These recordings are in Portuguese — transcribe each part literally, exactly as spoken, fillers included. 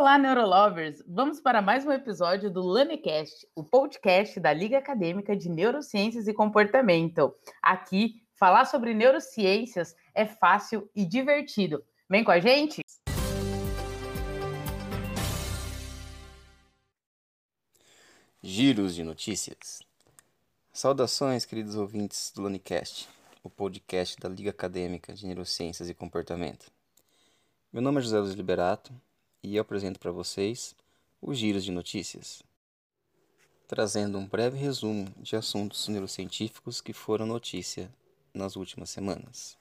Olá, Neurolovers! Vamos para mais um episódio do LaneCast, o podcast da Liga Acadêmica de Neurociências e Comportamento. Aqui, falar sobre neurociências é fácil e divertido. Vem com a gente? Giros de notícias. Saudações, queridos ouvintes do LaneCast, o podcast da Liga Acadêmica de Neurociências e Comportamento. Meu nome é José Luiz Liberato e eu apresento para vocês os Giros de Notícias, trazendo um breve resumo de assuntos neurocientíficos que foram notícia nas últimas semanas.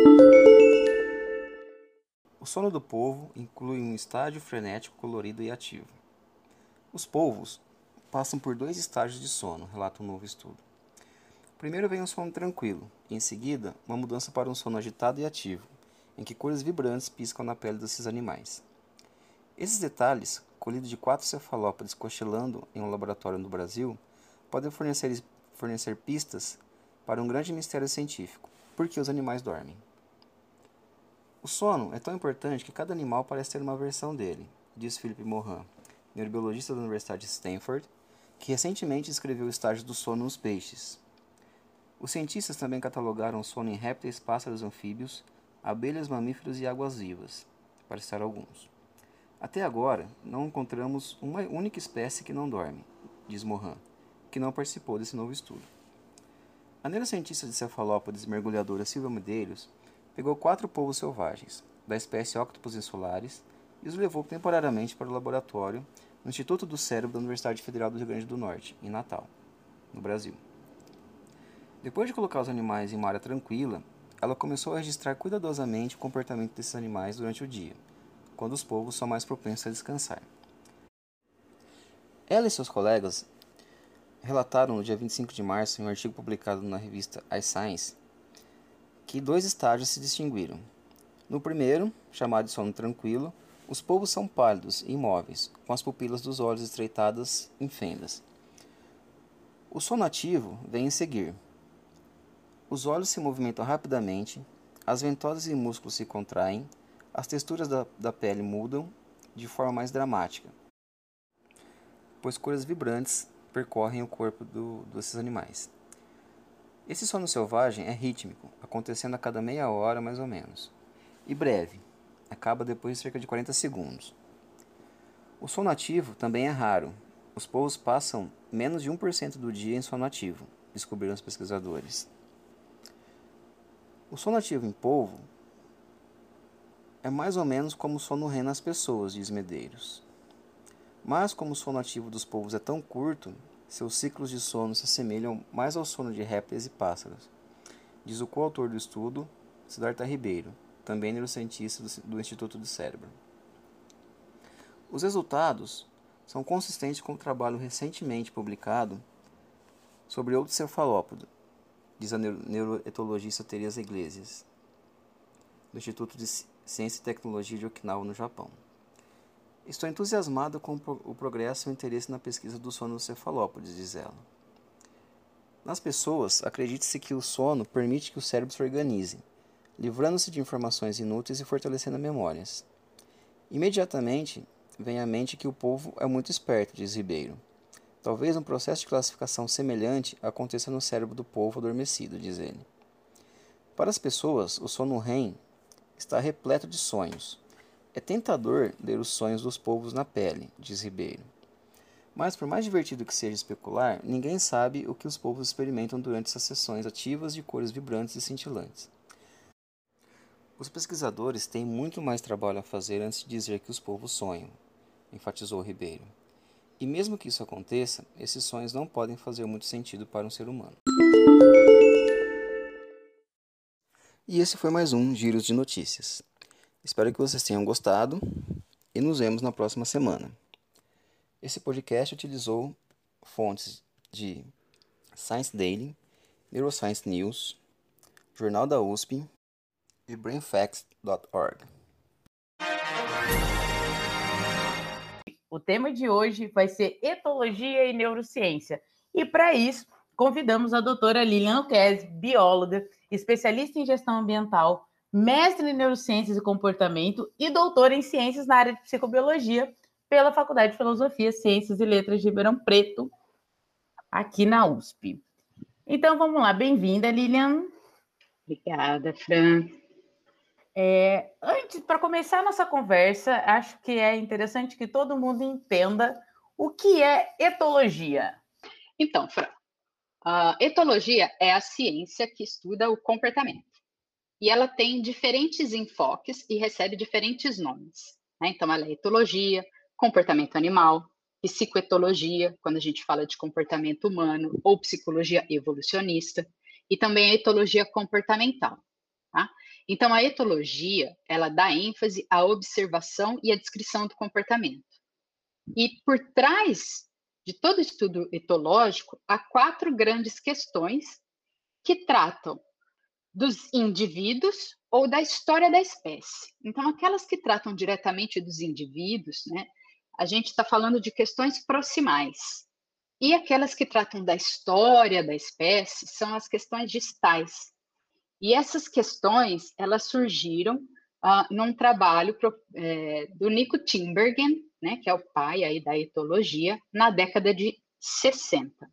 O sono do polvo inclui um estágio frenético, colorido e ativo. Os polvos passam por dois estágios de sono, relata um novo estudo. Primeiro vem um sono tranquilo, e em seguida, uma mudança para um sono agitado e ativo, em que cores vibrantes piscam na pele desses animais. Esses detalhes, colhidos de quatro cefalópodes cochilando em um laboratório no Brasil, podem fornecer, fornecer pistas para um grande mistério científico: por que os animais dormem? O sono é tão importante que cada animal parece ter uma versão dele, diz Philip Mohan, neurobiologista da Universidade de Stanford, que recentemente escreveu o estágio do sono nos peixes. Os cientistas também catalogaram o sono em répteis, pássaros, anfíbios, abelhas, mamíferos e águas-vivas, para citar alguns. Até agora, não encontramos uma única espécie que não dorme, diz Mohan, que não participou desse novo estudo. A neurocientista de cefalópodes mergulhadora Silvia Medeiros pegou quatro polvos selvagens, da espécie Octopus insulares, e os levou temporariamente para o laboratório no Instituto do Cérebro da Universidade Federal do Rio Grande do Norte, em Natal, no Brasil. Depois de colocar os animais em uma área tranquila, ela começou a registrar cuidadosamente o comportamento desses animais durante o dia, quando os polvos são mais propensos a descansar. Ela e seus colegas relataram no dia vinte e cinco de março, em um artigo publicado na revista iScience, que dois estágios se distinguiram. No primeiro, chamado de sono tranquilo, os polvos são pálidos e imóveis, com as pupilas dos olhos estreitadas em fendas. O sono ativo vem em seguir. Os olhos se movimentam rapidamente, as ventosas e músculos se contraem, as texturas da, da pele mudam de forma mais dramática, pois cores vibrantes percorrem o corpo do, desses animais. Esse sono selvagem é rítmico, acontecendo a cada meia hora mais ou menos, e breve, acaba depois de cerca de quarenta segundos. O sono ativo também é raro. Os polvos passam menos de um por cento do dia em sono ativo, descobriram os pesquisadores. O sono ativo em polvo é mais ou menos como o sono REM nas pessoas, diz Medeiros. Mas como o sono ativo dos polvos é tão curto, seus ciclos de sono se assemelham mais ao sono de répteis e pássaros, diz o coautor do estudo, Siddhartha Ribeiro, também neurocientista do Instituto do Cérebro. Os resultados são consistentes com o trabalho recentemente publicado sobre outro cefalópodo, diz a neuroetologista Teresa Iglesias, do Instituto de Ciência e Tecnologia de Okinawa, no Japão. Estou entusiasmado com o progresso e o interesse na pesquisa do sono dos cefalópodes, diz ela. Nas pessoas, acredita-se que o sono permite que o cérebro se organize, livrando-se de informações inúteis e fortalecendo memórias. Imediatamente, vem à mente que o polvo é muito esperto, diz Ribeiro. Talvez um processo de classificação semelhante aconteça no cérebro do polvo adormecido, diz ele. Para as pessoas, o sono REM está repleto de sonhos. É tentador ler os sonhos dos polvos na pele, diz Ribeiro. Mas, por mais divertido que seja especular, ninguém sabe o que os polvos experimentam durante essas sessões ativas de cores vibrantes e cintilantes. Os pesquisadores têm muito mais trabalho a fazer antes de dizer que os polvos sonham, enfatizou Ribeiro. E mesmo que isso aconteça, esses sonhos não podem fazer muito sentido para um ser humano. E esse foi mais um Giros de Notícias. Espero que vocês tenham gostado e nos vemos na próxima semana. Esse podcast utilizou fontes de Science Daily, Neuroscience News, Jornal da U S P e brain facts ponto org. O tema de hoje vai ser etologia e neurociência. E para isso, convidamos a doutora Lilian Luquezzi, bióloga, especialista em gestão ambiental, mestre em neurociências e comportamento e doutora em ciências na área de psicobiologia, pela Faculdade de Filosofia, Ciências e Letras de Ribeirão Preto, aqui na U S P. Então, vamos lá. Bem-vinda, Lilian. Obrigada, Fran. É, antes, para começar a nossa conversa, acho que é interessante que todo mundo entenda o que é etologia. Então, Fran, a etologia é a ciência que estuda o comportamento. E ela tem diferentes enfoques e recebe diferentes nomes, né? Então, ela é etologia, comportamento animal, psicoetologia, quando a gente fala de comportamento humano, ou psicologia evolucionista, e também a etologia comportamental. Tá? Então, a etologia, ela dá ênfase à observação e à descrição do comportamento. E por trás de todo estudo etológico, há quatro grandes questões que tratam dos indivíduos ou da história da espécie. Então, aquelas que tratam diretamente dos indivíduos, né, a gente está falando de questões proximais. E aquelas que tratam da história da espécie são as questões distais. E essas questões, elas surgiram uh, num trabalho pro, é, do Nico Tinbergen, né, que é o pai aí da etologia, na década de sessenta.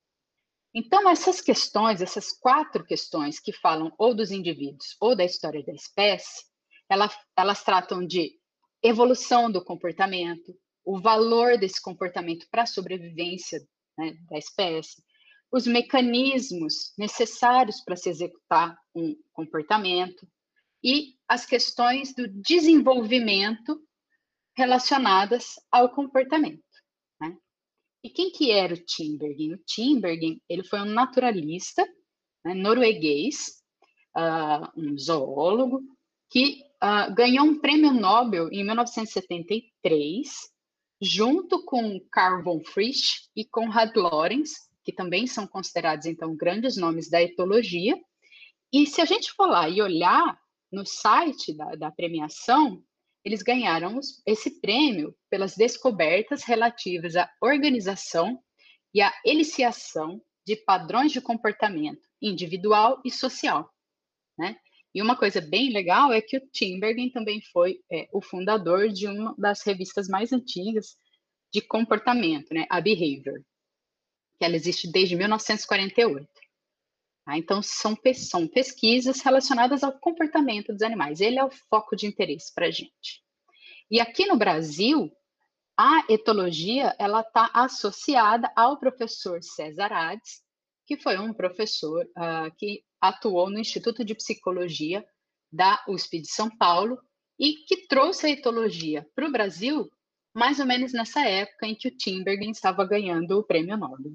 Então, essas questões, essas quatro questões que falam ou dos indivíduos ou da história da espécie, ela, elas tratam de evolução do comportamento, o valor desse comportamento para a sobrevivência, né, da espécie, os mecanismos necessários para se executar um comportamento e as questões do desenvolvimento relacionadas ao comportamento. Né? E quem que era o Tinbergen? O Tinbergen, ele foi um naturalista, né, norueguês, uh, um zoólogo, que uh, ganhou um prêmio Nobel em mil novecentos e setenta e três, junto com Carl von Frisch e Konrad Lorenz, que também são considerados, então, grandes nomes da etologia. E se a gente for lá e olhar no site da, da premiação, eles ganharam esse prêmio pelas descobertas relativas à organização e à eliciação de padrões de comportamento individual e social, né? E uma coisa bem legal é que o Tinbergen também foi é, o fundador de uma das revistas mais antigas de comportamento, né? A Behavior, que ela existe desde mil novecentos e quarenta e oito. Tá? Então, são, são pesquisas relacionadas ao comportamento dos animais. Ele é o foco de interesse para a gente. E aqui no Brasil, a etologia ela está associada ao professor César Hades, que foi um professor uh, que atuou no Instituto de Psicologia da U S P de São Paulo e que trouxe a etologia para o Brasil mais ou menos nessa época em que o Tinbergen estava ganhando o prêmio Nobel.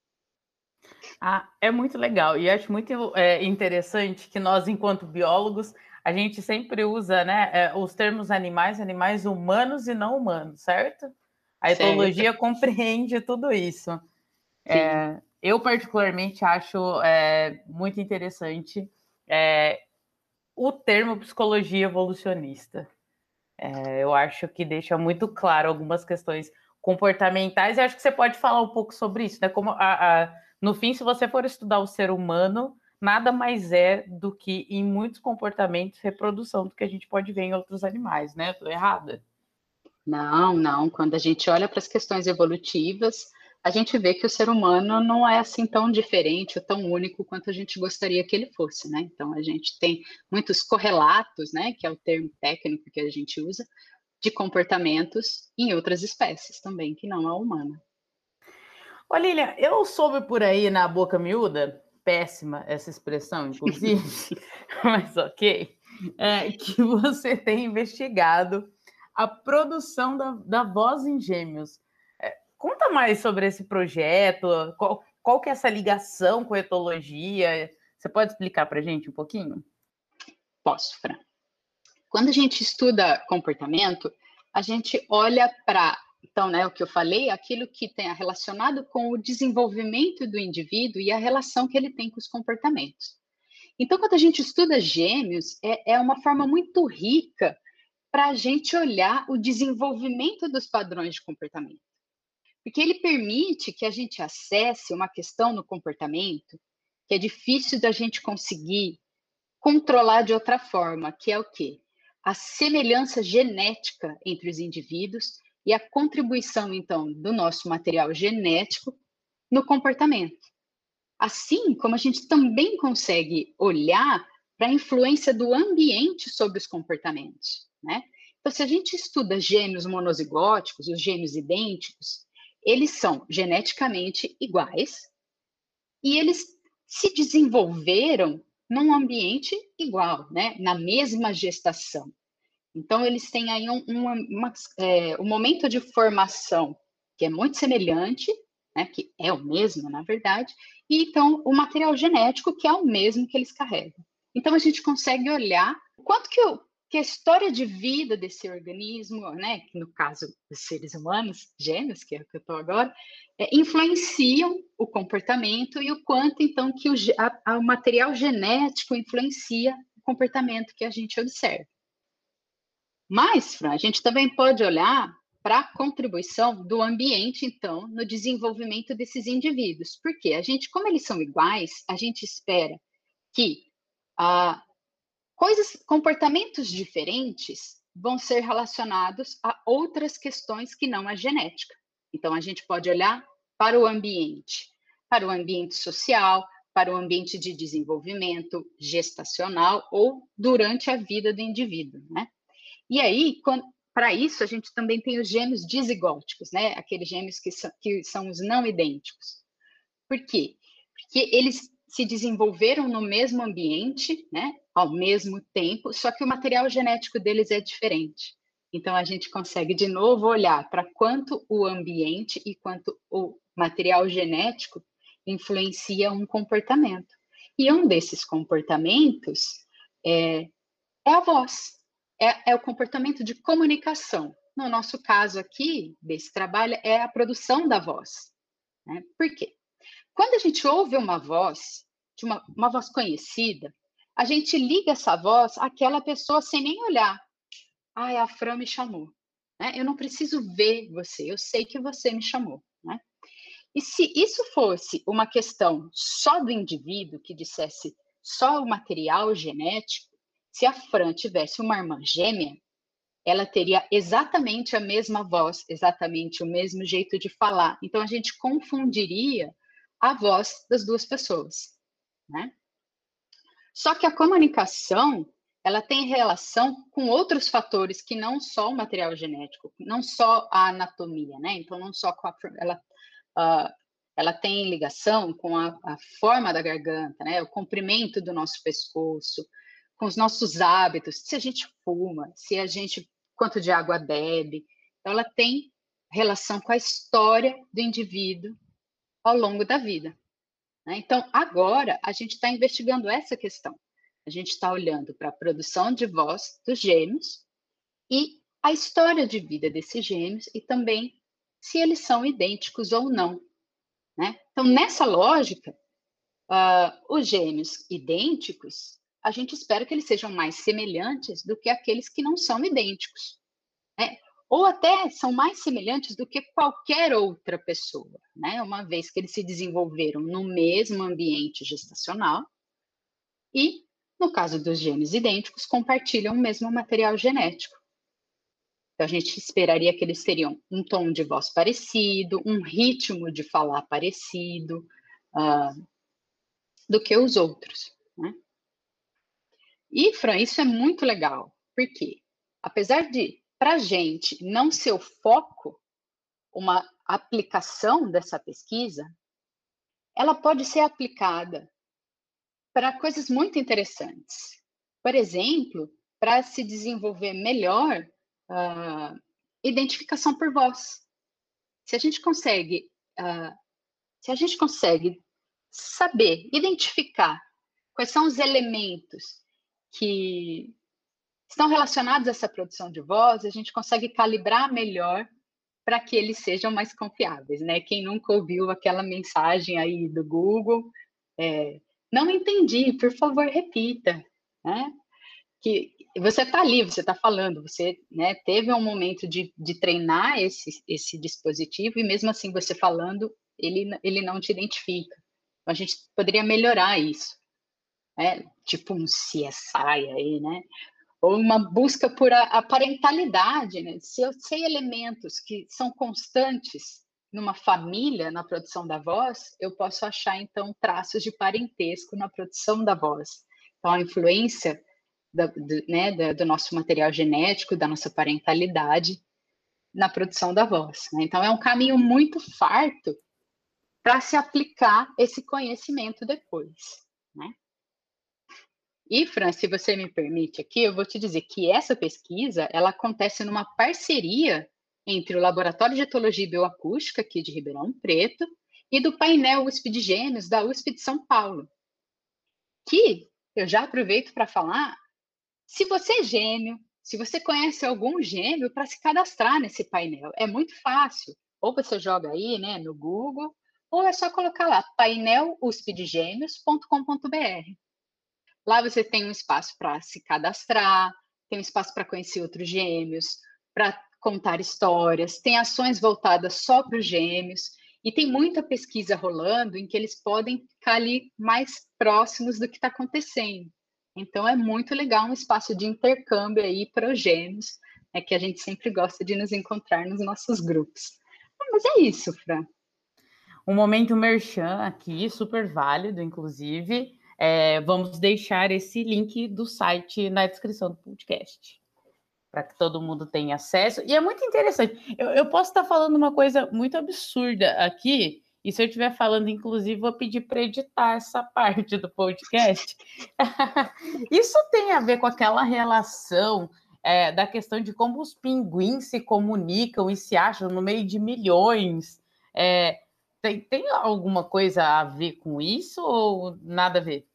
Ah, é muito legal e acho muito é, interessante que nós, enquanto biólogos, a gente sempre usa, né, é, os termos animais, animais humanos e não humanos, certo? A certo. Etologia compreende tudo isso. É, eu, particularmente, acho é, muito interessante é, o termo psicologia evolucionista. É, eu acho que deixa muito claro algumas questões comportamentais e acho que você pode falar um pouco sobre isso, né? Como a, a, no fim, se você for estudar o ser humano, nada mais é do que, em muitos comportamentos, reprodução do que a gente pode ver em outros animais, né? Estou errada? Não, não. Quando a gente olha para as questões evolutivas, a gente vê que o ser humano não é assim tão diferente ou tão único quanto a gente gostaria que ele fosse, né? Então, a gente tem muitos correlatos, né? Que é o termo técnico que a gente usa, de comportamentos em outras espécies também, que não a humana. Ô, Lilian, eu soube por aí na boca miúda, péssima essa expressão, inclusive, mas ok, é, que você tem investigado a produção da, da voz em gêmeos. É, conta mais sobre esse projeto, qual, qual que é essa ligação com a etologia? Você pode explicar para a gente um pouquinho? Posso, Fran. Quando a gente estuda comportamento, a gente olha para, então, né, o que eu falei, aquilo que tem relacionado com o desenvolvimento do indivíduo e a relação que ele tem com os comportamentos. Então, quando a gente estuda gêmeos, é, é uma forma muito rica para a gente olhar o desenvolvimento dos padrões de comportamento. Porque ele permite que a gente acesse uma questão no comportamento que é difícil da gente conseguir controlar de outra forma, que é o quê? A semelhança genética entre os indivíduos e a contribuição, então, do nosso material genético no comportamento. Assim como a gente também consegue olhar para a influência do ambiente sobre os comportamentos, né? Então, se a gente estuda gêmeos monozigóticos, os gêmeos idênticos, eles são geneticamente iguais e eles se desenvolveram num ambiente igual, né? Na mesma gestação. Então, eles têm aí um, uma, uma, é, um momento de formação que é muito semelhante, né? Que é o mesmo, na verdade, e então o material genético que é o mesmo que eles carregam. Então, a gente consegue olhar o quanto que, o, que a história de vida desse organismo, né? Que no caso dos seres humanos, gêmeos, que é o que eu estou agora, é, influenciam o comportamento e o quanto, então, que o, a, o material genético influencia o comportamento que a gente observa. Mas, Fran, a gente também pode olhar para a contribuição do ambiente, então, no desenvolvimento desses indivíduos. Porque a gente, como eles são iguais, a gente espera que ah, coisas, comportamentos diferentes vão ser relacionados a outras questões que não a genética. Então, a gente pode olhar para o ambiente, para o ambiente social, para o ambiente de desenvolvimento gestacional ou durante a vida do indivíduo, né? E aí, para isso, a gente também tem os gêmeos dizigóticos, né? Aqueles gêmeos que são, que são os não idênticos. Por quê? Porque eles se desenvolveram no mesmo ambiente, né? Ao mesmo tempo, só que o material genético deles é diferente. Então, a gente consegue, de novo, olhar para quanto o ambiente e quanto o material genético influencia um comportamento. E um desses comportamentos é, é a voz. É, é o comportamento de comunicação. No nosso caso aqui, desse trabalho, é a produção da voz. Né? Por quê? Quando a gente ouve uma voz, de uma, uma voz conhecida, a gente liga essa voz àquela pessoa sem nem olhar. Ah, a Fran me chamou. Né? Eu não preciso ver você, eu sei que você me chamou. Né? E se isso fosse uma questão só do indivíduo, que dissesse só o material genético, se a Fran tivesse uma irmã gêmea, ela teria exatamente a mesma voz, exatamente o mesmo jeito de falar. Então, a gente confundiria a voz das duas pessoas, né? Só que a comunicação, ela tem relação com outros fatores que não só o material genético, não só a anatomia, né? Então, não só com a... Ela, uh, ela tem ligação com a, a forma da garganta, né? O comprimento do nosso pescoço, com os nossos hábitos, se a gente fuma, se a gente, quanto de água bebe. Então, ela tem relação com a história do indivíduo ao longo da vida. Né? Então, agora, a gente está investigando essa questão. A gente está olhando para a produção de voz dos gêmeos e a história de vida desses gêmeos e também se eles são idênticos ou não. Né? Então, nessa lógica, uh, os gêmeos idênticos, a gente espera que eles sejam mais semelhantes do que aqueles que não são idênticos. Né? Ou até são mais semelhantes do que qualquer outra pessoa, né? Uma vez que eles se desenvolveram no mesmo ambiente gestacional e, no caso dos gêmeos idênticos, compartilham o mesmo material genético. Então, a gente esperaria que eles teriam um tom de voz parecido, um ritmo de falar parecido uh, do que os outros, né? E, Fran, isso é muito legal, porque apesar de, para a gente, não ser o foco, uma aplicação dessa pesquisa, ela pode ser aplicada para coisas muito interessantes. Por exemplo, para se desenvolver melhor uh, identificação por voz. Se a gente consegue, uh, se a gente consegue saber, identificar quais são os elementos que estão relacionados a essa produção de voz, a gente consegue calibrar melhor para que eles sejam mais confiáveis, né? Quem nunca ouviu aquela mensagem aí do Google, é, não entendi, por favor, repita, né? Que você está ali, você está falando, você, né, teve um momento de, de treinar esse, esse dispositivo e mesmo assim você falando, ele, ele não te identifica. Então, a gente poderia melhorar isso, né? Tipo um C S I aí, né? ou uma busca por a, a parentalidade, né? Se eu sei elementos que são constantes numa família, na produção da voz, eu posso achar, então, traços de parentesco na produção da voz. Então, a influência da, do, né, da, do nosso material genético, da nossa parentalidade na produção da voz, né? Então, é um caminho muito farto para se aplicar esse conhecimento depois, né? E, Fran, se você me permite aqui, eu vou te dizer que essa pesquisa, ela acontece numa parceria entre o Laboratório de Etologia e Bioacústica, aqui de Ribeirão Preto, e do painel U S P de Gêmeos, da U S P de São Paulo, que eu já aproveito para falar, se você é gêmeo, se você conhece algum gêmeo, para se cadastrar nesse painel, é muito fácil. Ou você joga aí, né, no Google, ou é só colocar lá, painel u s p de gêmeos ponto com ponto b r. Lá você tem um espaço para se cadastrar, tem um espaço para conhecer outros gêmeos, para contar histórias, tem ações voltadas só para os gêmeos, e tem muita pesquisa rolando em que eles podem ficar ali mais próximos do que está acontecendo. Então, é muito legal um espaço de intercâmbio aí para os gêmeos, é que a gente sempre gosta de nos encontrar nos nossos grupos. Mas é isso, Fran. Um momento merchan aqui, super válido, inclusive. É, vamos deixar esse link do site na descrição do podcast, para que todo mundo tenha acesso. E é muito interessante. Eu, eu posso estar falando uma coisa muito absurda aqui, e se eu estiver falando, inclusive, vou pedir para editar essa parte do podcast. Isso tem a ver com aquela relação é, da questão de como os pinguins se comunicam e se acham no meio de milhões. É, tem, tem alguma coisa a ver com isso ou nada a ver?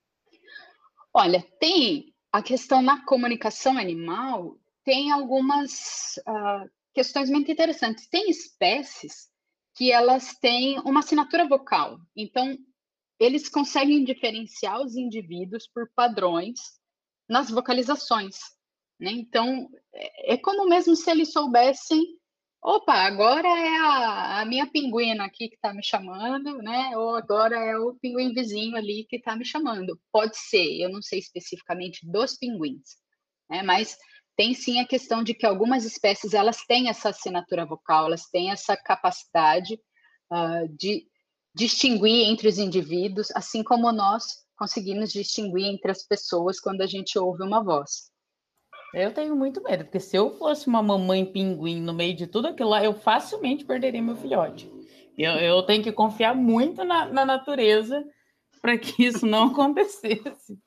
Olha, tem a questão na comunicação animal, tem algumas uh, questões muito interessantes. Tem espécies que elas têm uma assinatura vocal. Então, eles conseguem diferenciar os indivíduos por padrões nas vocalizações, né? Então, é como mesmo se eles soubessem, opa, agora é a, a minha pinguina aqui que está me chamando, né? Ou agora é o pinguim vizinho ali que está me chamando. Pode ser, eu não sei especificamente dos pinguins, né? Mas tem sim a questão de que algumas espécies, elas têm essa assinatura vocal, elas têm essa capacidade uh, de distinguir entre os indivíduos, assim como nós conseguimos distinguir entre as pessoas quando a gente ouve uma voz. Eu tenho muito medo, porque se eu fosse uma mamãe pinguim no meio de tudo aquilo lá, eu facilmente perderia meu filhote. Eu, eu tenho que confiar muito na, na natureza para que isso não acontecesse.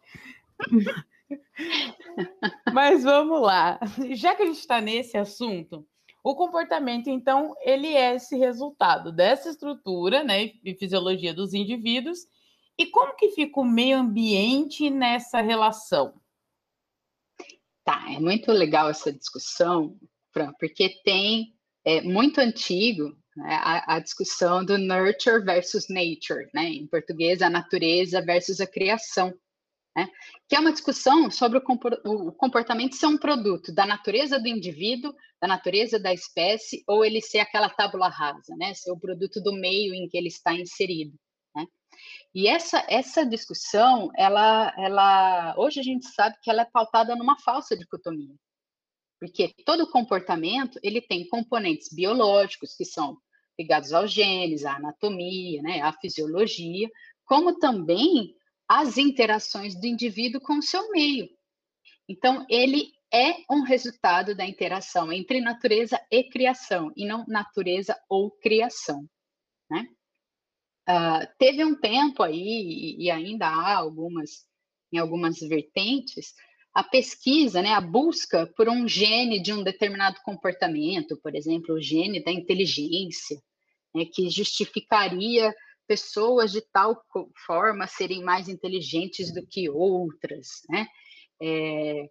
Mas vamos lá. Já que a gente está nesse assunto, o comportamento, então, ele é esse resultado dessa estrutura, né, e fisiologia dos indivíduos. E como que fica o meio ambiente nessa relação? Tá, é muito legal essa discussão, Fran, porque tem, é muito antigo, né, a, a discussão do nurture versus nature, né, em português, a natureza versus a criação, né, que é uma discussão sobre o, o comportamento ser um produto da natureza do indivíduo, da natureza da espécie, ou ele ser aquela tábula rasa, né, ser o produto do meio em que ele está inserido, né. E essa, essa discussão, ela, ela, hoje a gente sabe que ela é pautada numa falsa dicotomia, porque todo comportamento, ele tem componentes biológicos, que são ligados aos genes, à anatomia, né, à fisiologia, como também as interações do indivíduo com o seu meio. Então, ele é um resultado da interação entre natureza e criação, e não natureza ou criação, né? Uh, teve um tempo aí, e, e ainda há algumas, em algumas vertentes, a pesquisa, né, a busca por um gene de um determinado comportamento, por exemplo, o gene da inteligência, né, que justificaria pessoas de tal forma serem mais inteligentes do que outras, né? É,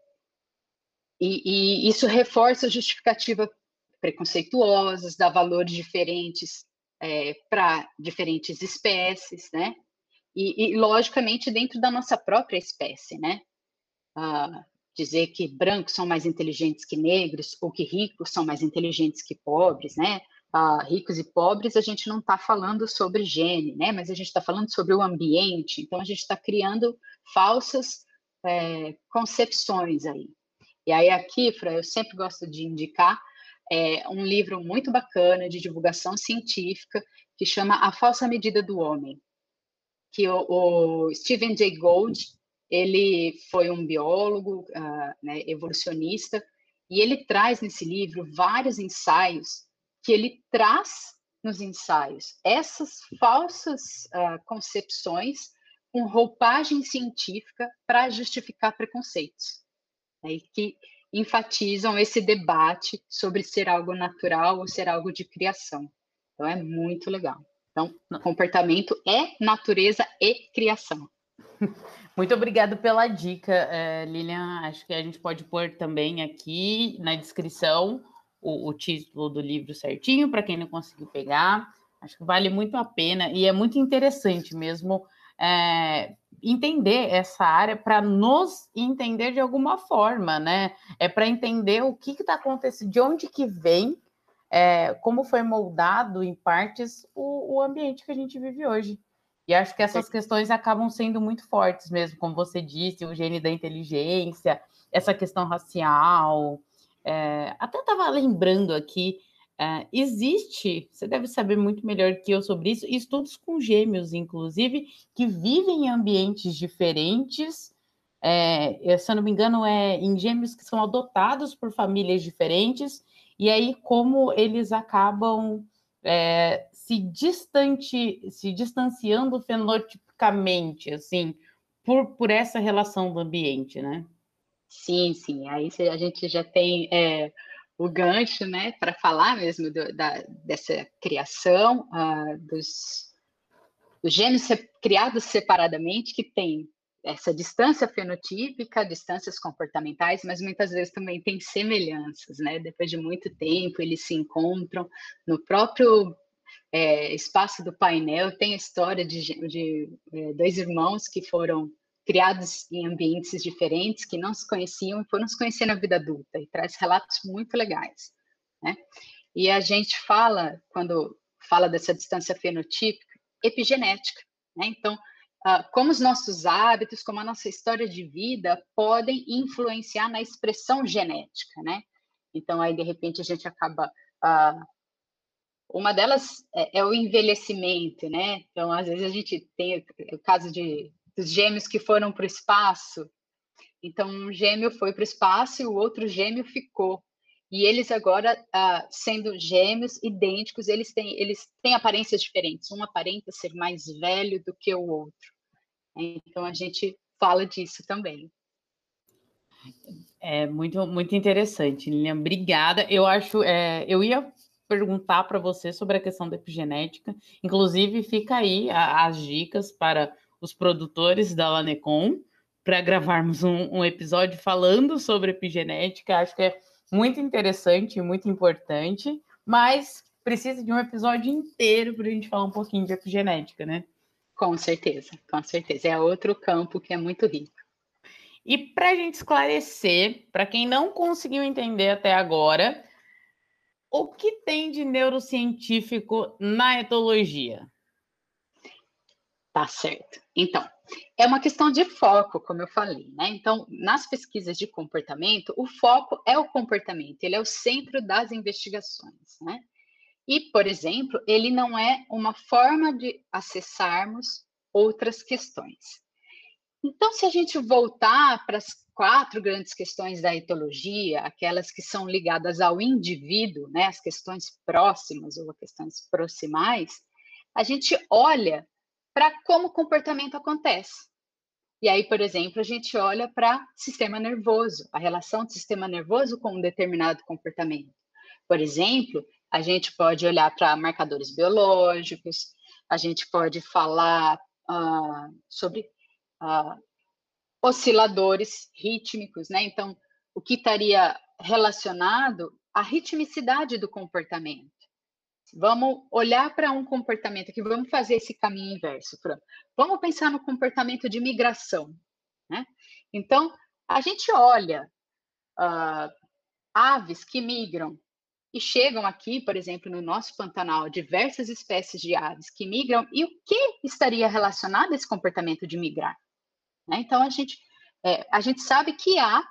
e, e isso reforça a justificativa preconceituosas, dá valores diferentes é, para diferentes espécies, né? E, e, logicamente, dentro da nossa própria espécie, né? Ah, dizer que brancos são mais inteligentes que negros, ou que ricos são mais inteligentes que pobres, né? Ah, ricos e pobres, a gente não está falando sobre gene, né? Mas a gente está falando sobre o ambiente, então a gente está criando falsas é, concepções aí. E aí aqui, Fran, eu sempre gosto de indicar é, um livro muito bacana de divulgação científica que chama A Falsa Medida do Homem, que o, o Stephen Jay Gould, ele foi um biólogo, uh, né, evolucionista, e ele traz nesse livro vários ensaios que ele traz nos ensaios essas falsas uh, concepções com roupagem científica para justificar preconceitos, né, e que enfatizam esse debate sobre ser algo natural ou ser algo de criação. Então, é muito legal. Então, comportamento é natureza e criação. Muito obrigada pela dica, é, Lilian. Acho que a gente pode pôr também aqui na descrição o, o título do livro certinho, para quem não conseguiu pegar. Acho que vale muito a pena e é muito interessante mesmo é, entender essa área para nos entender de alguma forma, né? É para entender o que está acontecendo, de onde que vem, é, como foi moldado em partes o, o ambiente que a gente vive hoje. E acho que essas questões acabam sendo muito fortes mesmo, como você disse, o gene da inteligência, essa questão racial. É, até estava lembrando aqui, é, existe, você deve saber muito melhor que eu sobre isso, estudos com gêmeos, inclusive, que vivem em ambientes diferentes, é, se eu não me engano, é em gêmeos que são adotados por famílias diferentes, e aí como eles acabam... É, se distante, se distanciando fenotipicamente, assim, por, por essa relação do ambiente, né? Sim, sim. Aí a gente já tem é, o gancho, né, para falar mesmo do, da, dessa criação uh, dos, dos gêmeos se, criados separadamente, que tem essa distância fenotípica, distâncias comportamentais, mas muitas vezes também tem semelhanças, né? Depois de muito tempo, eles se encontram no próprio é, espaço do painel. Tem a história de, de é, dois irmãos que foram criados em ambientes diferentes, que não se conheciam e foram se conhecer na vida adulta, e traz relatos muito legais, né? E a gente fala, quando fala dessa distância fenotípica, epigenética, né? Então, uh, como os nossos hábitos, como a nossa história de vida podem influenciar na expressão genética, né? Então, aí, de repente, a gente acaba... Uh, uma delas é, é o envelhecimento, né? Então, às vezes, a gente tem o caso de, dos gêmeos que foram para o espaço. Então, um gêmeo foi para o espaço e o outro gêmeo ficou. E eles agora, uh, sendo gêmeos idênticos, eles têm, eles têm aparências diferentes. Um aparenta ser mais velho do que o outro. Então, a gente fala disso também. É muito, muito interessante, Lilian. Obrigada. Eu acho, é, eu ia perguntar para você sobre a questão da epigenética. Inclusive, fica aí a, as dicas para os produtores da Lanecom para gravarmos um, um episódio falando sobre epigenética. Acho que é muito interessante e muito importante, mas precisa de um episódio inteiro para a gente falar um pouquinho de epigenética, né? Com certeza, com certeza. É outro campo que é muito rico. E para a gente esclarecer, para quem não conseguiu entender até agora, o que tem de neurocientífico na etologia? Tá certo. Então, é uma questão de foco, como eu falei, né? Então, nas pesquisas de comportamento, o foco é o comportamento, ele é o centro das investigações, né? E, por exemplo, ele não é uma forma de acessarmos outras questões. Então, se a gente voltar para as quatro grandes questões da etologia, aquelas que são ligadas ao indivíduo, né, as questões próximas ou as questões proximais, a gente olha para como o comportamento acontece. E aí, por exemplo, a gente olha para sistema nervoso, a relação do sistema nervoso com um determinado comportamento. Por exemplo, a gente pode olhar para marcadores biológicos, a gente pode falar uh, sobre uh, osciladores rítmicos, né? Então, o que estaria relacionado à ritmicidade do comportamento. Vamos olhar para um comportamento aqui, vamos fazer esse caminho inverso. Vamos pensar no comportamento de migração, né? Então, a gente olha uh, aves que migram e chegam aqui, por exemplo, no nosso Pantanal, diversas espécies de aves que migram, e o que estaria relacionado a esse comportamento de migrar? Né? Então, a gente, é, a gente sabe que há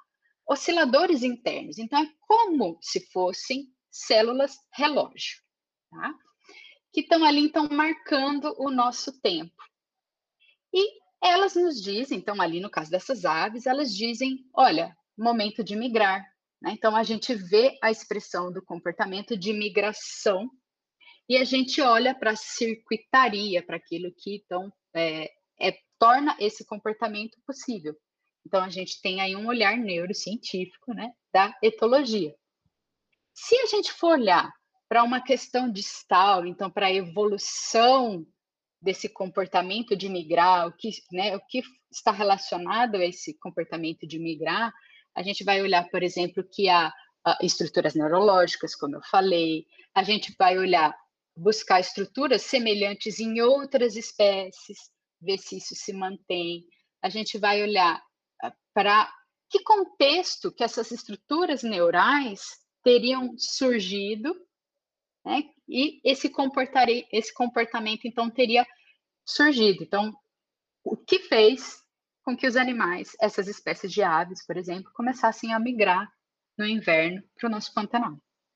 osciladores internos. Então, é como se fossem células relógio, tá? Que estão ali, então, marcando o nosso tempo. E elas nos dizem, então, ali no caso dessas aves, elas dizem, olha, momento de migrar, né? Então, a gente vê a expressão do comportamento de migração e a gente olha para a circuitaria, para aquilo que, então, é, é, torna esse comportamento possível. Então, a gente tem aí um olhar neurocientífico, né, da etologia. Se a gente for olhar para uma questão distal, então, para a evolução desse comportamento de migrar, o que, né, o que está relacionado a esse comportamento de migrar, a gente vai olhar, por exemplo, que há uh, estruturas neurológicas, como eu falei, a gente vai olhar, buscar estruturas semelhantes em outras espécies, ver se isso se mantém, a gente vai olhar uh, para que contexto que essas estruturas neurais teriam surgido, né? E esse, esse comportamento, então, teria surgido. Então, o que fez com que os animais, essas espécies de aves, por exemplo, começassem a migrar no inverno para o nosso Pantanal.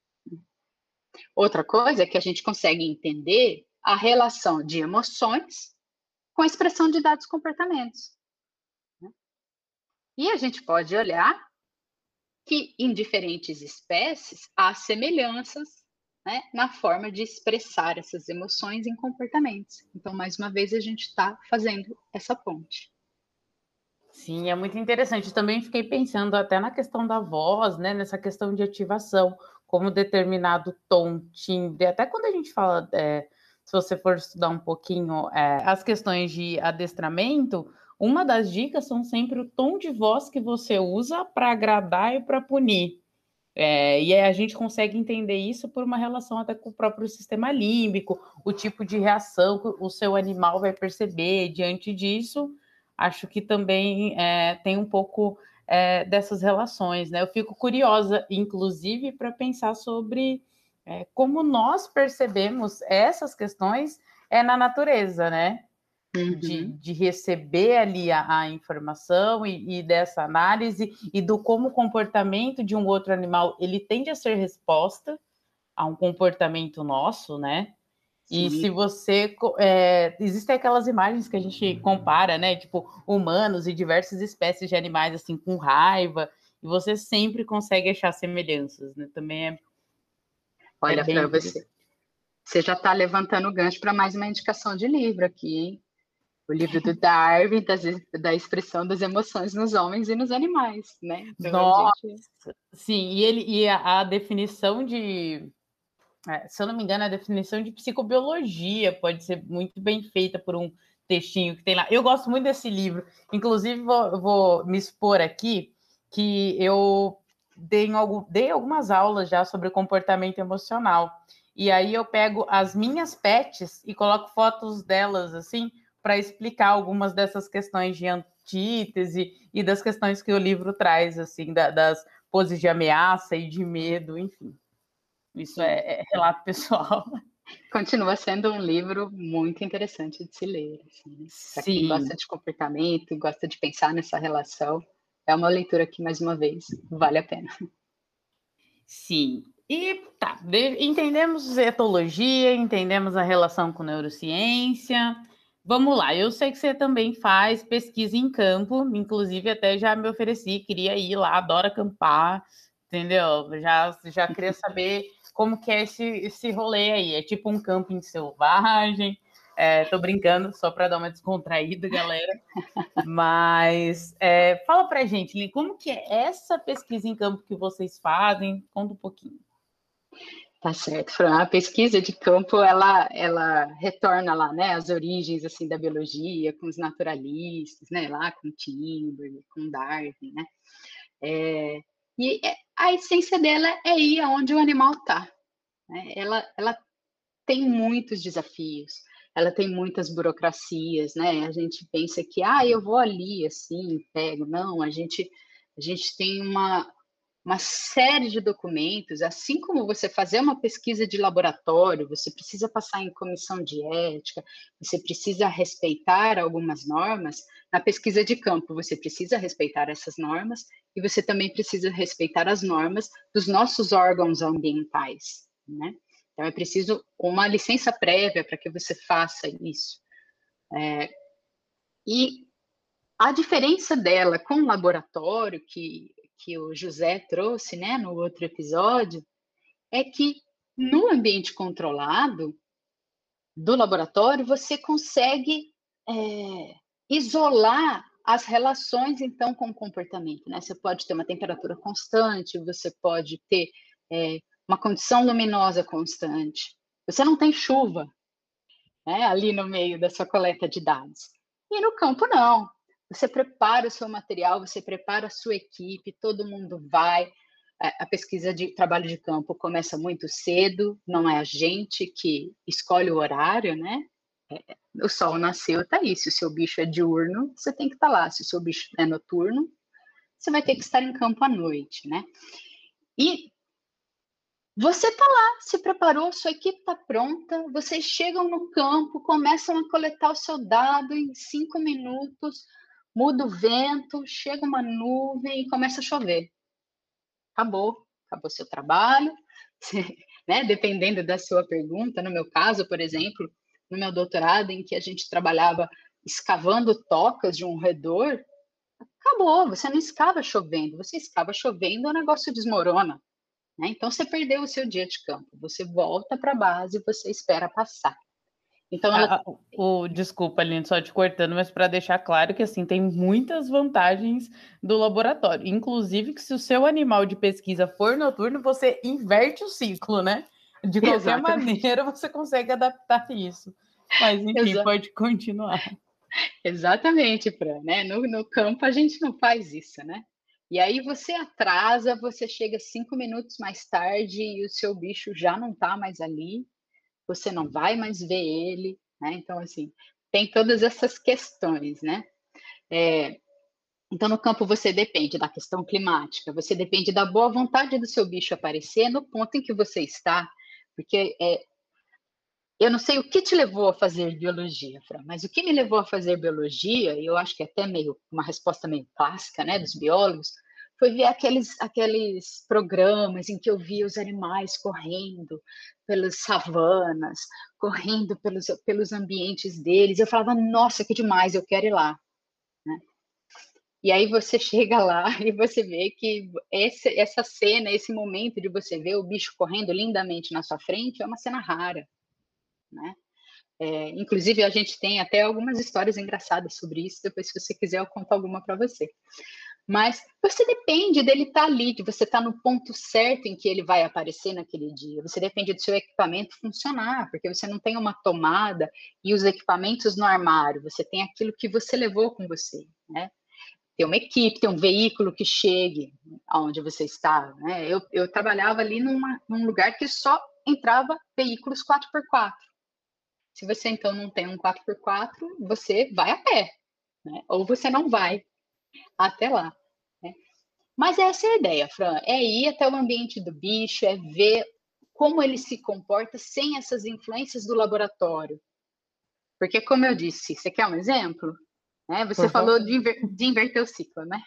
Outra coisa é que a gente consegue entender a relação de emoções com a expressão de dados comportamentos. E a gente pode olhar que em diferentes espécies há semelhanças, né, na forma de expressar essas emoções em comportamentos. Então, mais uma vez, a gente está fazendo essa ponte. Sim, é muito interessante. Eu também fiquei pensando até na questão da voz, né, nessa questão de ativação, como determinado tom, timbre, até quando a gente fala, é, se você for estudar um pouquinho é, as questões de adestramento, uma das dicas são sempre o tom de voz que você usa para agradar e para punir. É, e aí a gente consegue entender isso por uma relação até com o próprio sistema límbico, o tipo de reação que o seu animal vai perceber diante disso. Acho que também é, tem um pouco é, dessas relações, né? Eu fico curiosa, inclusive, para pensar sobre é, como nós percebemos essas questões é, na natureza, né? Uhum. De, de receber ali a, a informação e, e dessa análise e do como o comportamento de um outro animal, ele tende a ser resposta a um comportamento nosso, né? Sim. E se você... É, existem aquelas imagens que a gente compara, né? Tipo, humanos e diversas espécies de animais, assim, com raiva, e você sempre consegue achar semelhanças, né? Também é... Olha, é para você. Você já está levantando o gancho para mais uma indicação de livro aqui, hein? O livro do Darwin, das, da expressão das emoções nos homens e nos animais, né? Então, Nossa! Gente... Sim, e, ele, e a, a definição de... É, se eu não me engano, a definição de psicobiologia pode ser muito bem feita por um textinho que tem lá. Eu gosto muito desse livro. Inclusive, vou, vou me expor aqui que eu dei, em algum, dei algumas aulas já sobre comportamento emocional. E aí eu pego as minhas pets e coloco fotos delas, assim, para explicar algumas dessas questões de antítese e das questões que o livro traz, assim, da, das poses de ameaça e de medo, enfim. Isso é, é relato pessoal. Continua sendo um livro muito interessante de se ler. Assim, para quem gosta de comportamento, gosta de pensar nessa relação, é uma leitura que, mais uma vez, vale a pena. Sim. E tá, entendemos etologia, entendemos a relação com neurociência. Vamos lá, eu sei que você também faz pesquisa em campo, inclusive até já me ofereci, queria ir lá, adoro acampar, entendeu? Já, já queria saber como que é esse, esse rolê aí. É tipo um camping selvagem. É, tô brincando, só para dar uma descontraída, galera. Mas é, fala pra gente, Lin, como que é essa pesquisa em campo que vocês fazem? Conta um pouquinho. Tá certo, Fran. A pesquisa de campo, ela, ela retorna lá, né, às origens, assim, da biologia, com os naturalistas, né, lá com Timber, com Darwin, né. É, e a essência dela é ir aonde o animal está. Né? Ela, ela tem muitos desafios, ela tem muitas burocracias, né? A gente pensa que, ah, eu vou ali, assim, pego. Não, a gente, a gente tem uma, uma série de documentos, assim como você fazer uma pesquisa de laboratório, você precisa passar em comissão de ética, você precisa respeitar algumas normas, na pesquisa de campo você precisa respeitar essas normas e você também precisa respeitar as normas dos nossos órgãos ambientais, né? Então é preciso uma licença prévia para que você faça isso. É, e a diferença dela com o laboratório, que que o José trouxe, né, no outro episódio, é que no ambiente controlado do laboratório, você consegue é, isolar as relações, então, com o comportamento, né? Você pode ter uma temperatura constante, você pode ter é, uma condição luminosa constante. Você não tem chuva, né, ali no meio da sua coleta de dados. E no campo, não. Você prepara o seu material, você prepara a sua equipe, todo mundo vai. A pesquisa de trabalho de campo começa muito cedo, não é a gente que escolhe o horário, né? O sol nasceu, tá aí. Se o seu bicho é diurno, você tem que estar lá. Se o seu bicho é noturno, você vai ter que estar em campo à noite, né? E você está lá, se preparou, sua equipe está pronta, vocês chegam no campo, começam a coletar o seu dado em cinco minutos, muda o vento, chega uma nuvem e começa a chover. Acabou, acabou seu trabalho, né? Dependendo da sua pergunta. No meu caso, por exemplo, no meu doutorado, em que a gente trabalhava escavando tocas de um roedor, acabou, você não escava chovendo, você escava chovendo, o negócio desmorona. Né? Então, você perdeu o seu dia de campo, você volta para a base e você espera passar. Então, ela... ah, o, desculpa, Aline, só te cortando, mas para deixar claro que assim tem muitas vantagens do laboratório. Inclusive que se o seu animal de pesquisa for noturno, você inverte o ciclo, né? De qualquer Exatamente. maneira, você consegue adaptar isso. Mas, enfim, Exa... pode continuar. Exatamente, Fran, né? No, no campo a gente não faz isso, né? E aí você atrasa, você chega cinco minutos mais tarde e o seu bicho já não está mais ali, você não vai mais ver ele, né? Então, assim, tem todas essas questões, né? É, então, no campo você depende da questão climática, você depende da boa vontade do seu bicho aparecer no ponto em que você está, porque é, eu não sei o que te levou a fazer biologia, Fran, mas o que me levou a fazer biologia, e eu acho que é até meio uma resposta meio clássica, né, dos biólogos, foi ver aqueles, aqueles programas em que eu via os animais correndo pelas savanas, correndo pelos, pelos ambientes deles. Eu falava, nossa, que demais, eu quero ir lá. Né? E aí você chega lá e você vê que esse, essa cena, esse momento de você ver o bicho correndo lindamente na sua frente é uma cena rara. Né? É, inclusive, a gente tem até algumas histórias engraçadas sobre isso, depois, se você quiser, eu conto alguma para você. Mas você depende dele estar ali, de você estar no ponto certo em que ele vai aparecer naquele dia. Você depende do seu equipamento funcionar, porque você não tem uma tomada e os equipamentos no armário, você tem aquilo que você levou com você, né? Tem uma equipe, tem um veículo que chegue aonde você está, né? Eu, eu trabalhava ali numa, num lugar que só entrava veículos quatro por quatro. Se você, então, não tem um quatro por quatro, você vai a pé, né? Ou você não vai até lá. Né? Mas essa é a ideia, Fran, é ir até o ambiente do bicho, é ver como ele se comporta sem essas influências do laboratório. Porque, como eu disse, você quer um exemplo? Né? Você falou de, inver de inverter o ciclo, né?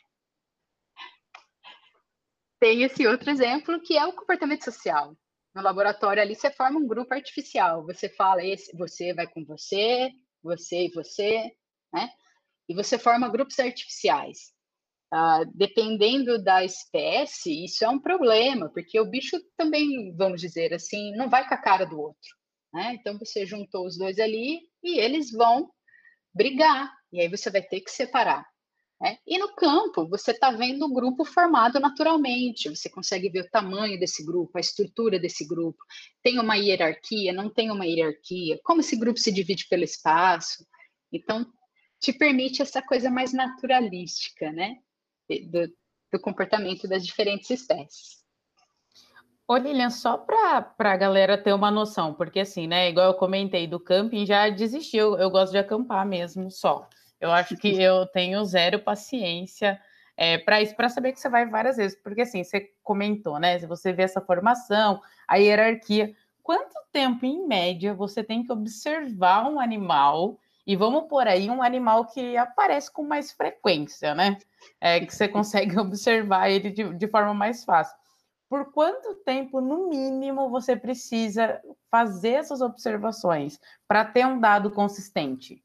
Tem esse outro exemplo, que é o comportamento social. No laboratório ali, você forma um grupo artificial. Você fala, esse, você vai com você, você e você, né? E você forma grupos artificiais. Ah, dependendo da espécie, isso é um problema, porque o bicho também, vamos dizer assim, não vai com a cara do outro. Né? Então, você juntou os dois ali e eles vão brigar. E aí você vai ter que separar. Né? E no campo, você está vendo o grupo formado naturalmente, você consegue ver o tamanho desse grupo, a estrutura desse grupo, tem uma hierarquia, não tem uma hierarquia, como esse grupo se divide pelo espaço. Então, te permite essa coisa mais naturalística, né? Do, do comportamento das diferentes espécies. Ô, Lilian, só para a galera ter uma noção, porque assim, né, igual eu comentei do camping, já desistiu, eu gosto de acampar mesmo, só. Eu acho que eu tenho zero paciência É, para isso, para saber que você vai várias vezes, porque assim, você comentou, né? Se você vê essa formação, a hierarquia, quanto tempo, em média, você tem que observar um animal, e vamos por aí, um animal que aparece com mais frequência, né? É, que você consegue observar ele de, de forma mais fácil. Por quanto tempo, no mínimo, você precisa fazer essas observações para ter um dado consistente?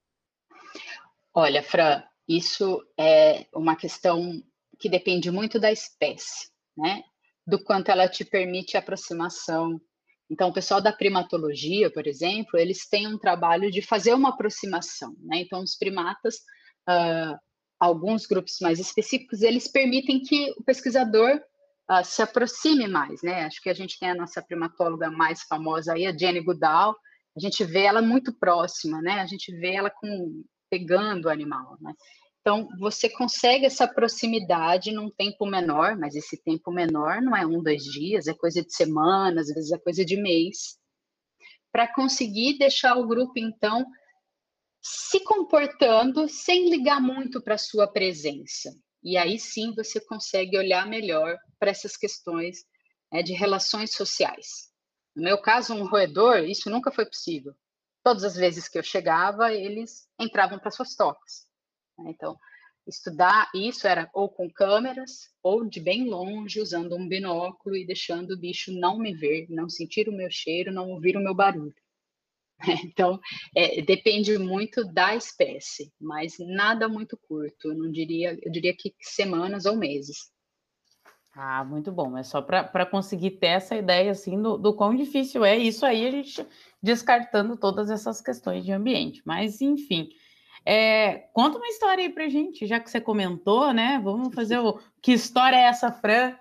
Olha, Fran, isso é uma questão que depende muito da espécie, né? Do quanto ela te permite aproximação. Então, o pessoal da primatologia, por exemplo, eles têm um trabalho de fazer uma aproximação, né? Então, os primatas, uh, alguns grupos mais específicos, eles permitem que o pesquisador uh, se aproxime mais, né? Acho que a gente tem a nossa primatóloga mais famosa aí, a Jane Goodall, a gente vê ela muito próxima, né? A gente vê ela com, pegando o animal, né? Então, você consegue essa proximidade num tempo menor, mas esse tempo menor não é um, dois dias, é coisa de semanas, às vezes é coisa de mês, para conseguir deixar o grupo, então, se comportando sem ligar muito para a sua presença. E aí sim você consegue olhar melhor para essas questões, né, de relações sociais. No meu caso, um roedor, isso nunca foi possível. Todas as vezes que eu chegava, eles entravam para suas tocas. Então, estudar isso era ou com câmeras, ou de bem longe, usando um binóculo e deixando o bicho não me ver, não sentir o meu cheiro, não ouvir o meu barulho. Então, é, depende muito da espécie, mas nada muito curto, eu não diria, eu diria que semanas ou meses. Ah, muito bom. É só para conseguir ter essa ideia assim do, do quão difícil é isso aí, a gente descartando todas essas questões de ambiente. Mas, enfim, é, conta uma história aí pra gente, já que você comentou, né? Vamos fazer o que história é essa, Fran,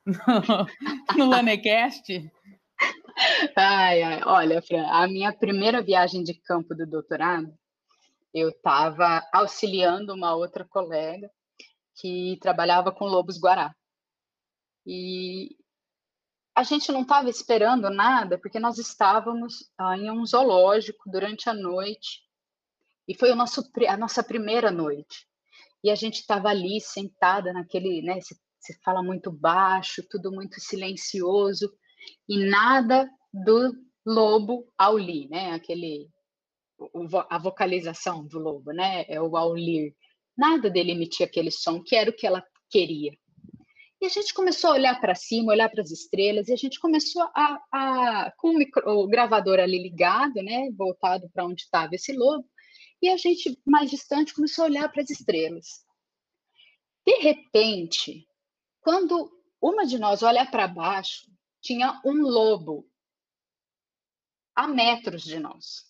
no, no LaneCast? Ai, ai, olha, Fran, a minha primeira viagem de campo do doutorado, eu estava auxiliando uma outra colega que trabalhava com lobos-guará. E a gente não estava esperando nada, porque nós estávamos ah, em um zoológico durante a noite, e foi o nosso, a nossa primeira noite. E a gente estava ali sentada naquele, né? Se, se fala muito baixo, tudo muito silencioso, e nada do lobo auli, né? Aquele, o, a vocalização do lobo, né? É o aulir. Nada dele emitia aquele som, que era o que ela queria. E a gente começou a olhar para cima, olhar para as estrelas, e a gente começou a, a com o, micro, o gravador ali ligado, né? Voltado para onde estava esse lobo, e a gente, mais distante, começou a olhar para as estrelas. De repente, quando uma de nós olha para baixo, tinha um lobo a metros de nós.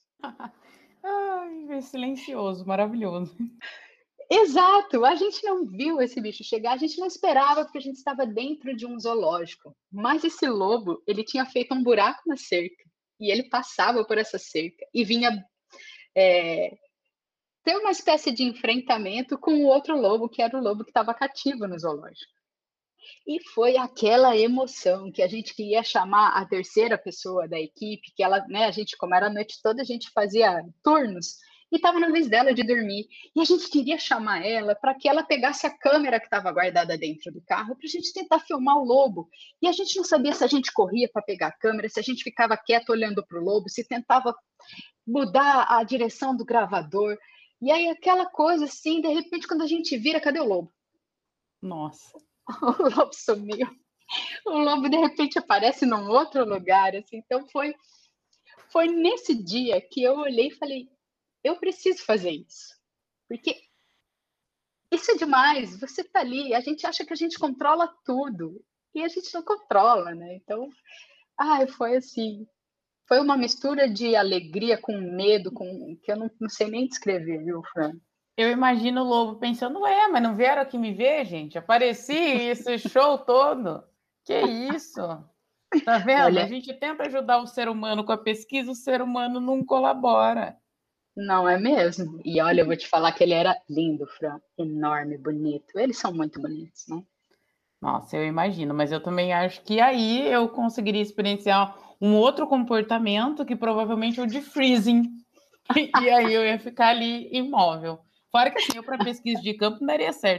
Ai, é silencioso, maravilhoso. Exato, a gente não viu esse bicho chegar, a gente não esperava porque a gente estava dentro de um zoológico. Mas esse lobo, ele tinha feito um buraco na cerca e ele passava por essa cerca e vinha é, ter uma espécie de enfrentamento com o outro lobo, que era o lobo que estava cativo no zoológico. E foi aquela emoção que a gente queria chamar a terceira pessoa da equipe, que ela, né, a gente, como era a noite toda, a gente fazia turnos, e estava na vez dela de dormir. E a gente queria chamar ela para que ela pegasse a câmera que estava guardada dentro do carro, para a gente tentar filmar o lobo. E a gente não sabia se a gente corria para pegar a câmera, se a gente ficava quieto olhando para o lobo, se tentava mudar a direção do gravador. E aí aquela coisa assim, de repente, quando a gente vira, cadê o lobo? Nossa. O lobo sumiu. O lobo, de repente, aparece num outro lugar, assim. Então, foi, foi nesse dia que eu olhei e falei, eu preciso fazer isso. Porque isso é demais. Você tá ali, a gente acha que a gente controla tudo. E a gente não controla, né? Então, ai, foi assim... Foi uma mistura de alegria com medo, com que eu não, não sei nem descrever, viu, Fran? Eu imagino o lobo pensando, ué, mas não vieram aqui me ver, gente? Apareci esse show todo. Que isso? Tá vendo? Olha, a gente tenta ajudar o ser humano com a pesquisa, o ser humano não colabora. Não é mesmo? E olha, eu vou te falar que ele era lindo, Fran. Enorme, bonito. Eles são muito bonitos, né? Nossa, eu imagino, mas eu também acho que aí eu conseguiria experienciar um outro comportamento que provavelmente é o de freezing. E aí eu ia ficar ali imóvel. Fora que assim, eu para pesquisa de campo não daria certo, né?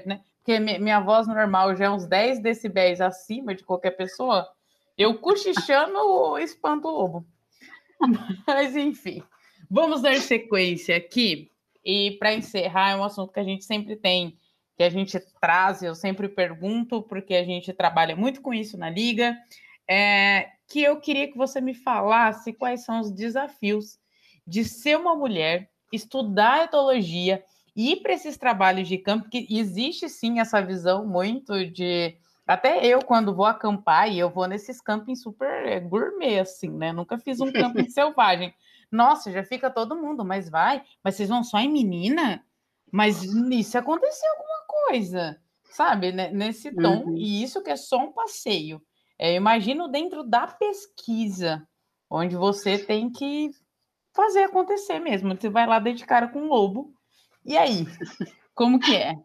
porque minha voz normal já é uns dez decibéis acima de qualquer pessoa, eu cochichando espanto o lobo. Mas, enfim, vamos dar sequência aqui. E, para encerrar, é um assunto que a gente sempre tem, que a gente traz, eu sempre pergunto, porque a gente trabalha muito com isso na Liga, é, que eu queria que você me falasse quais são os desafios de ser uma mulher, estudar etologia e ir para esses trabalhos de campo, que existe, sim, essa visão muito de... Até eu, quando vou acampar, e eu vou nesses campings super gourmet, assim, né? Nunca fiz um camping selvagem. Nossa, já fica todo mundo, mas vai, mas vocês vão só em menina? Mas isso aconteceu alguma coisa, sabe? Nesse tom, Uhum. e isso que é só um passeio. É, imagino dentro da pesquisa, onde você tem que fazer acontecer mesmo. Você vai lá de cara com um lobo. E aí? Como que é?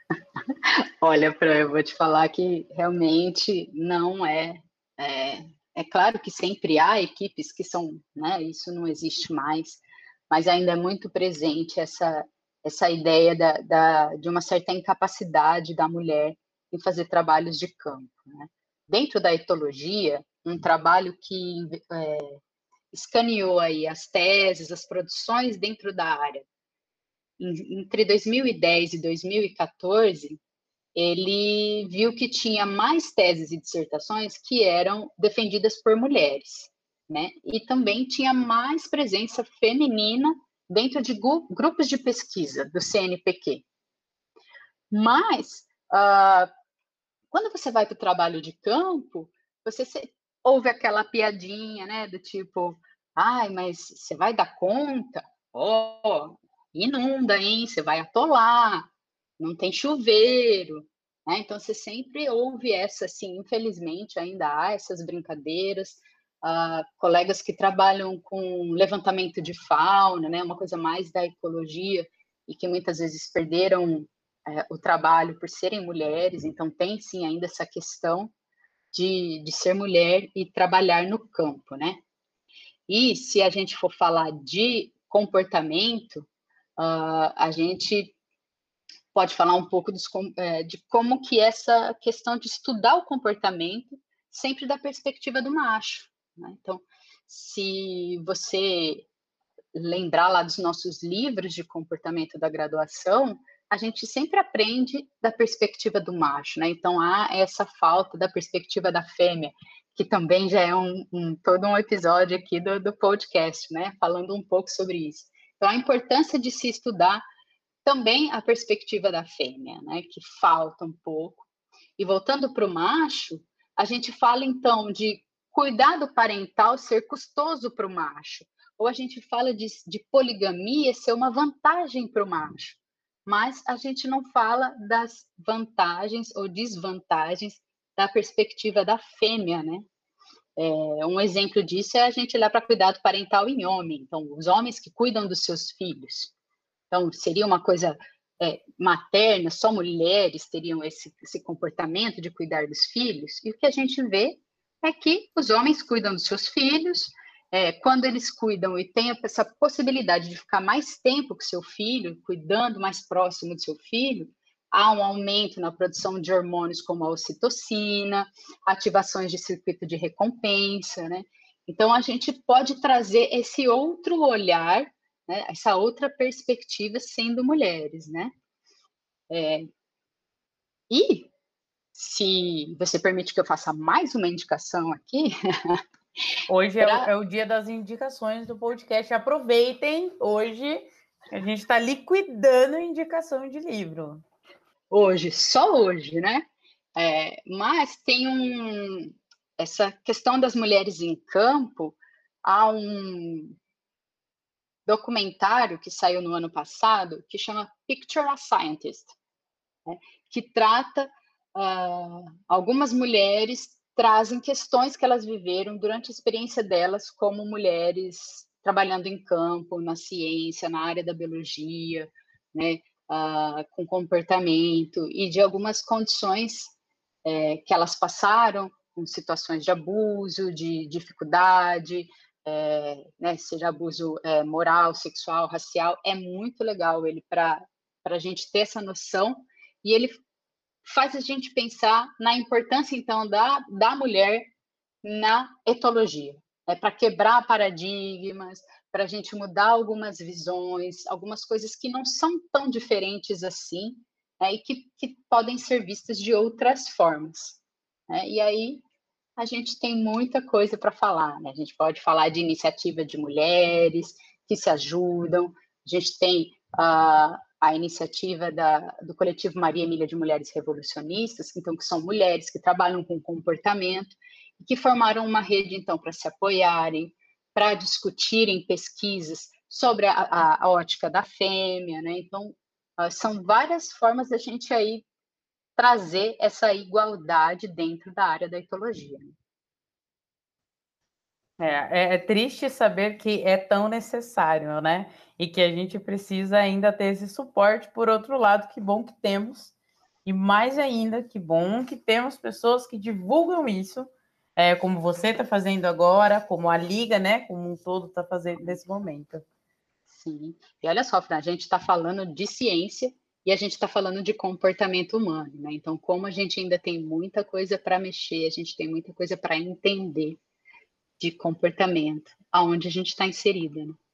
Olha, Fran, eu vou te falar que realmente não é, é. É claro que sempre há equipes que são, né? Isso não existe mais, mas ainda é muito presente essa, essa ideia da, da, de uma certa incapacidade da mulher em fazer trabalhos de campo, né? Dentro da etologia, um trabalho que é, escaneou aí as teses, as produções dentro da área, entre dois mil e dez e dois mil e quatorze, ele viu que tinha mais teses e dissertações que eram defendidas por mulheres, né? E também tinha mais presença feminina dentro de grupos de pesquisa do C N P Q. Mas, uh, quando você vai para o trabalho de campo, você se, ouve aquela piadinha, né? Do tipo, ai, mas você vai dar conta? Ó, oh, inunda, hein? Você vai atolar, não tem chuveiro. Né? Então, você sempre ouve essa, assim, infelizmente, ainda há essas brincadeiras, uh, colegas que trabalham com levantamento de fauna, né? Uma coisa mais da ecologia, e que muitas vezes perderam é, o trabalho por serem mulheres, então tem, sim, ainda essa questão de, de ser mulher e trabalhar no campo, né? E se a gente for falar de comportamento, uh, a gente pode falar um pouco dos, de como que essa questão de estudar o comportamento sempre da perspectiva do macho, né? Então, se você lembrar lá dos nossos livros de comportamento da graduação, a gente sempre aprende da perspectiva do macho, né? Então, há essa falta da perspectiva da fêmea, que também já é um, um todo um episódio aqui do, do podcast, né? Falando um pouco sobre isso. Então, a importância de se estudar também a perspectiva da fêmea, né, que falta um pouco. E voltando para o macho, a gente fala então de cuidado parental ser custoso para o macho, ou a gente fala de, de poligamia ser uma vantagem para o macho, mas a gente não fala das vantagens ou desvantagens da perspectiva da fêmea, né? É, um exemplo disso é a gente olhar para cuidado parental em homem, então os homens que cuidam dos seus filhos. Então, seria uma coisa é, materna, só mulheres teriam esse, esse comportamento de cuidar dos filhos, e o que a gente vê é que os homens cuidam dos seus filhos, é, quando eles cuidam e têm essa possibilidade de ficar mais tempo com seu filho, cuidando mais próximo do seu filho, há um aumento na produção de hormônios como a ocitocina, ativações de circuito de recompensa, né? Então, a gente pode trazer esse outro olhar, né, essa outra perspectiva sendo mulheres, né? É, e, se você permite que eu faça mais uma indicação aqui... Hoje pra... é, o, é o dia das indicações do podcast. Aproveitem, hoje a gente está liquidando indicação de livro. Hoje, só hoje, né? É, mas tem um... Essa questão das mulheres em campo, há um documentário que saiu no ano passado que chama Picture a Scientist, né, que trata uh, algumas mulheres trazem questões que elas viveram durante a experiência delas como mulheres trabalhando em campo, na ciência, na área da biologia, né, uh, com comportamento e de algumas condições é, que elas passaram, com situações de abuso, de dificuldade, é, né, seja abuso é, moral, sexual, racial. É muito legal ele para a gente ter essa noção, e ele faz a gente pensar na importância, então, da, da mulher na etologia. É para quebrar paradigmas, para a gente mudar algumas visões, algumas coisas que não são tão diferentes assim, né, e que, que podem ser vistas de outras formas. Né? E aí a gente tem muita coisa para falar. Né? A gente pode falar de iniciativa de mulheres que se ajudam, a gente tem uh, a iniciativa da, do coletivo Maria Emília de Mulheres Revolucionistas, então, que são mulheres que trabalham com comportamento, e que formaram uma rede, então, para se apoiarem, para discutirem pesquisas sobre a, a, a ótica da fêmea, né? Então, uh, são várias formas da gente aí trazer essa igualdade dentro da área da etologia. É, é triste saber que é tão necessário, né? E que a gente precisa ainda ter esse suporte. Por outro lado, que bom que temos. E mais ainda, que bom que temos pessoas que divulgam isso, é, como você está fazendo agora, como a Liga, né? Como um todo está fazendo nesse momento. Sim. E olha só, Fran, a gente está falando de ciência e a gente está falando de comportamento humano, né? Então, como a gente ainda tem muita coisa para mexer, a gente tem muita coisa para entender de comportamento, aonde a gente está inserida, né?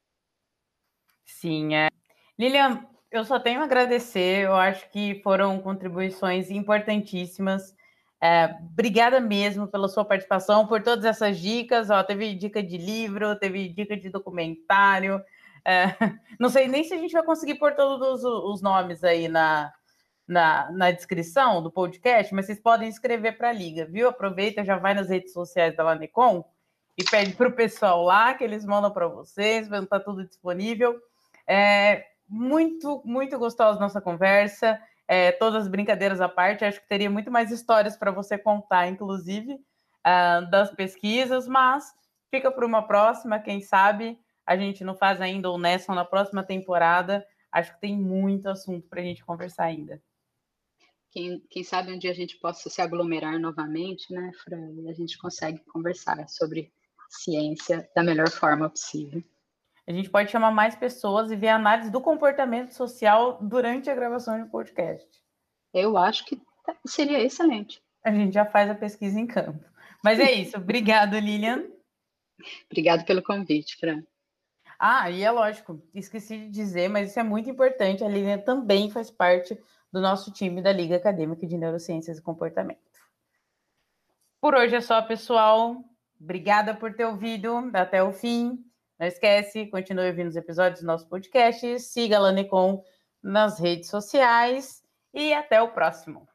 Sim, é. Lilian, eu só tenho a agradecer, eu acho que foram contribuições importantíssimas. É, obrigada mesmo pela sua participação, por todas essas dicas. Ó, teve dica de livro, teve dica de documentário. É, não sei nem se a gente vai conseguir pôr todos os, os nomes aí na, na, na descrição do podcast, mas vocês podem escrever para a Liga, viu? Aproveita, já vai nas redes sociais da Lanecom e pede para o pessoal lá que eles mandam para vocês, vai estar tudo disponível. É, muito, muito gostosa nossa conversa. É, todas as brincadeiras à parte, acho que teria muito mais histórias para você contar, inclusive, uh, das pesquisas, mas fica para uma próxima, quem sabe a gente não faz ainda ou nessa ou na próxima temporada. Acho que tem muito assunto para a gente conversar ainda. Quem, quem sabe um dia a gente possa se aglomerar novamente, né, Fran? E a gente consegue conversar sobre ciência da melhor forma possível. A gente pode chamar mais pessoas e ver a análise do comportamento social durante a gravação de um podcast. Eu acho que seria excelente. A gente já faz a pesquisa em campo. Mas é isso. Obrigado, Lilian. Obrigado pelo convite, Fran. Ah, e é lógico, esqueci de dizer, mas isso é muito importante. A Lilian também faz parte do nosso time da Liga Acadêmica de Neurociências e Comportamento. Por hoje é só, pessoal. Obrigada por ter ouvido até o fim. Não esquece, continue ouvindo os episódios do nosso podcast, siga a Lanecom nas redes sociais e até o próximo.